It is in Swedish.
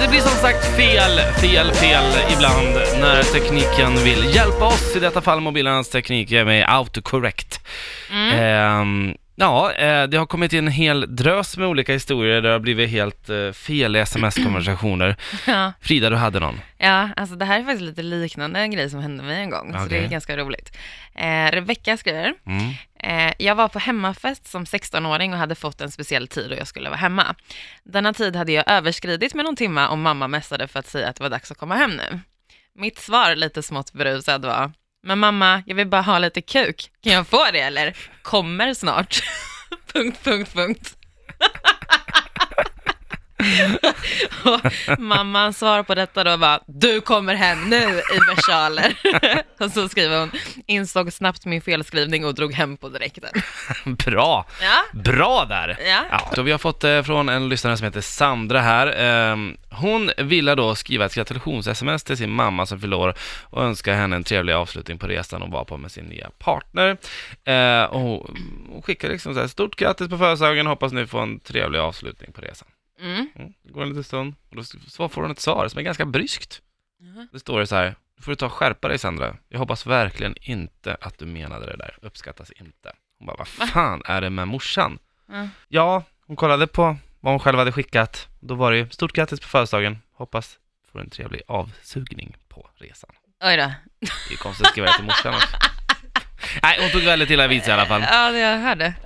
det blir som sagt fel ibland när tekniken vill hjälpa oss. I detta fall mobilernas teknik med autocorrect. Det har kommit in en hel drös med olika historier där det har blivit helt fel sms-konversationer. Ja. Frida, du hade någon? Ja, alltså det här är faktiskt lite liknande en grej som hände mig en gång. Så det är ganska roligt. Rebecca skriver: jag var på hemmafest som 16-åring och hade fått en speciell tid och jag skulle vara hemma. Denna tid hade jag överskridit med någon timme och mamma mässade för att säga att det var dags att komma hem nu. Mitt svar, lite smått berusad, var: men mamma, jag vill bara ha lite kuk. Kan jag få det eller? Kommer snart. ... Och mammans svar på detta då var: du kommer hem nu, i versaler. Och så skriver hon: insåg snabbt min felskrivning och drog hem på direkten. Bra, bra där. Ja. Så vi har fått från en lyssnare som heter Sandra här. Hon ville då skriva ett gratulations-sms till sin mamma som fyller år och önska henne en trevlig avslutning på resan och var på med sin nya partner. Och hon skickar liksom så här: stort grattis på födelsedagen, hoppas ni får en trevlig avslutning på resan. Det går en liten stund och då får hon ett svar som är ganska bryskt. Det står det så här: du får ta och skärpa dig, Sandra. Jag hoppas verkligen inte att du menade det där. Uppskattas inte. Hon bara: vad fan är det med morsan? Ja, hon kollade på vad hon själv hade skickat. Då var det ju: stort grattis på födelsedagen, hoppas får en trevlig avsugning på resan. Oj då. Det är konstigt att skriva det till morsan också. Nej, hon tog väldigt illa vid sig i alla fall. Ja, det jag hörde.